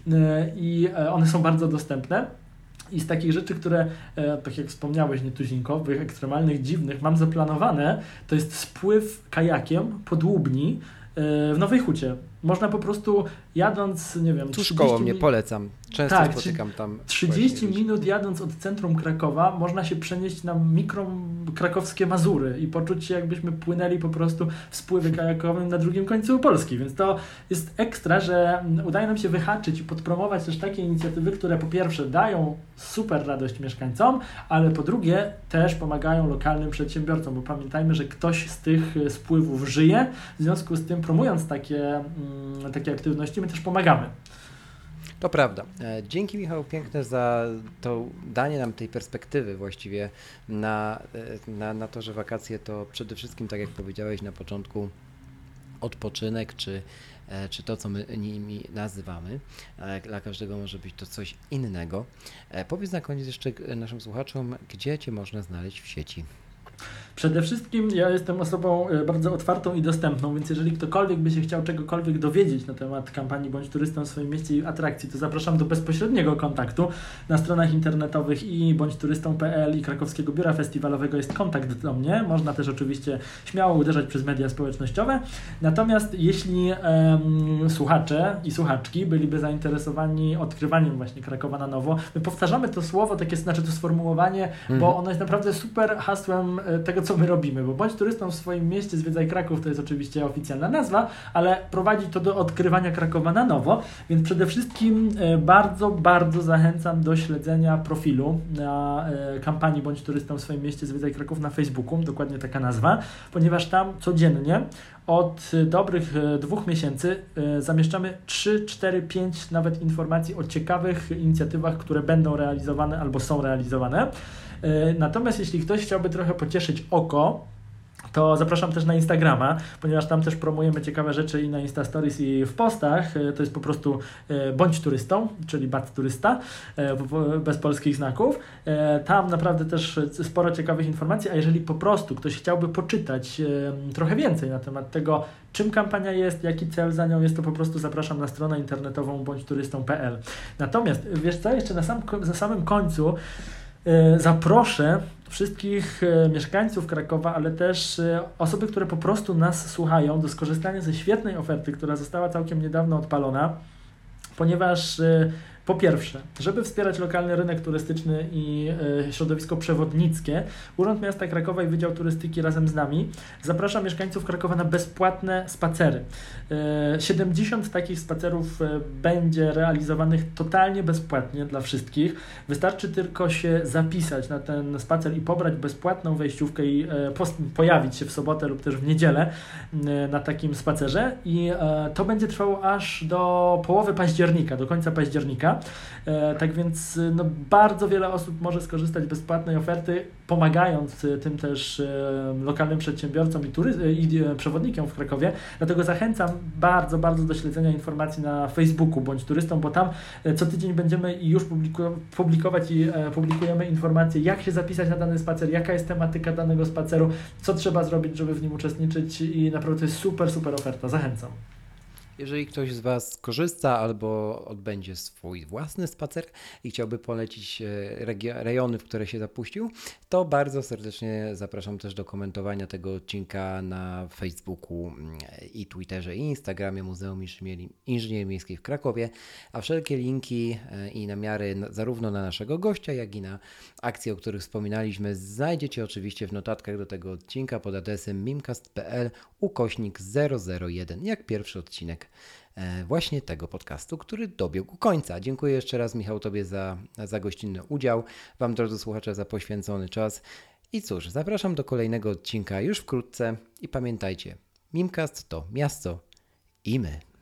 i one są bardzo dostępne. I z takich rzeczy, które, tak jak wspomniałeś, nietuzinkowych, ekstremalnych, dziwnych, mam zaplanowane, to jest spływ kajakiem po Dłubni w Nowej Hucie. Można po prostu jadąc, nie wiem... Tuż koło mnie, polecam. Często tak, spotykam tam. trzydzieści minut jadąc od centrum Krakowa można się przenieść na mikro krakowskie Mazury i poczuć się, jakbyśmy płynęli po prostu w spływie kajakowym na drugim końcu Polski. Więc to jest ekstra, że udaje nam się wyhaczyć i podpromować też takie inicjatywy, które po pierwsze dają super radość mieszkańcom, ale po drugie też pomagają lokalnym przedsiębiorcom, bo pamiętajmy, że ktoś z tych spływów żyje, w związku z tym promując takie, takie aktywności my też pomagamy. To prawda. Dzięki, Michał, piękne za to danie nam tej perspektywy właściwie na, na, na to, że wakacje to przede wszystkim, tak jak powiedziałeś na początku, odpoczynek, czy, czy to, co my nimi nazywamy. Dla każdego może być to coś innego. Powiedz na koniec jeszcze naszym słuchaczom, gdzie Cię można znaleźć w sieci. Przede wszystkim ja jestem osobą bardzo otwartą i dostępną, więc jeżeli ktokolwiek by się chciał czegokolwiek dowiedzieć na temat kampanii Bądź Turystą w swoim mieście i atrakcji, to zapraszam do bezpośredniego kontaktu. Na stronach internetowych i bądź turystą kropka p l i Krakowskiego Biura Festiwalowego jest kontakt do mnie. Można też oczywiście śmiało uderzać przez media społecznościowe. Natomiast jeśli um, słuchacze i słuchaczki byliby zainteresowani odkrywaniem właśnie Krakowa na nowo, my powtarzamy to słowo, takie znaczy to sformułowanie, mhm. bo ono jest naprawdę super hasłem tego, co my robimy, bo Bądź Turystą w swoim mieście, zwiedzaj Kraków, to jest oczywiście oficjalna nazwa, ale prowadzi to do odkrywania Krakowa na nowo, więc przede wszystkim bardzo, bardzo zachęcam do śledzenia profilu na kampanii Bądź Turystą w swoim mieście, zwiedzaj Kraków na Facebooku, dokładnie taka nazwa, ponieważ tam codziennie od dobrych dwóch miesięcy zamieszczamy trzy, cztery, pięć nawet informacji o ciekawych inicjatywach, które będą realizowane albo są realizowane. Natomiast jeśli ktoś chciałby trochę pocieszyć oko, to zapraszam też na Instagrama, ponieważ tam też promujemy ciekawe rzeczy i na Insta Stories, i w postach. To jest po prostu Bądź Turystą, czyli Bad Turysta, bez polskich znaków. Tam naprawdę też sporo ciekawych informacji, a jeżeli po prostu ktoś chciałby poczytać trochę więcej na temat tego, czym kampania jest, jaki cel za nią jest, to po prostu zapraszam na stronę internetową bądź turystą kropka p l. Natomiast, wiesz co, jeszcze na, sam, na samym końcu zaproszę wszystkich mieszkańców Krakowa, ale też osoby, które po prostu nas słuchają, do skorzystania ze świetnej oferty, która została całkiem niedawno odpalona, ponieważ po pierwsze, żeby wspierać lokalny rynek turystyczny i y, środowisko przewodnickie, Urząd Miasta Krakowa i Wydział Turystyki razem z nami zaprasza mieszkańców Krakowa na bezpłatne spacery. Y, siedemdziesiąt takich spacerów y, będzie realizowanych totalnie bezpłatnie dla wszystkich. Wystarczy tylko się zapisać na ten spacer i pobrać bezpłatną wejściówkę i y, po, pojawić się w sobotę lub też w niedzielę y, na takim spacerze i y, to będzie trwało aż do połowy października, do końca października. E, tak więc no, bardzo wiele osób może skorzystać z bezpłatnej oferty, pomagając tym też e, lokalnym przedsiębiorcom i, tury- i e, przewodnikom w Krakowie. Dlatego zachęcam bardzo, bardzo do śledzenia informacji na Facebooku Bądź Turystą, bo tam e, co tydzień będziemy już publiku- publikować i e, publikujemy informacje, jak się zapisać na dany spacer, jaka jest tematyka danego spaceru, co trzeba zrobić, żeby w nim uczestniczyć i naprawdę to jest super, super oferta. Zachęcam. Jeżeli ktoś z Was korzysta albo odbędzie swój własny spacer i chciałby polecić regi- rejony, w które się zapuścił, to bardzo serdecznie zapraszam też do komentowania tego odcinka na Facebooku i Twitterze i Instagramie Muzeum Inżynierii Miejskiej w Krakowie, a wszelkie linki i namiary zarówno na naszego gościa, jak i na akcje, o których wspominaliśmy, znajdziecie oczywiście w notatkach do tego odcinka pod adresem mimcast kropka p l ukośnik zero zero jeden, jak pierwszy odcinek właśnie tego podcastu, który dobiegł końca. Dziękuję jeszcze raz, Michał, Tobie za, za gościnny udział, Wam, drodzy słuchacze, za poświęcony czas. I cóż, zapraszam do kolejnego odcinka już wkrótce i pamiętajcie, Mimcast to miasto i my.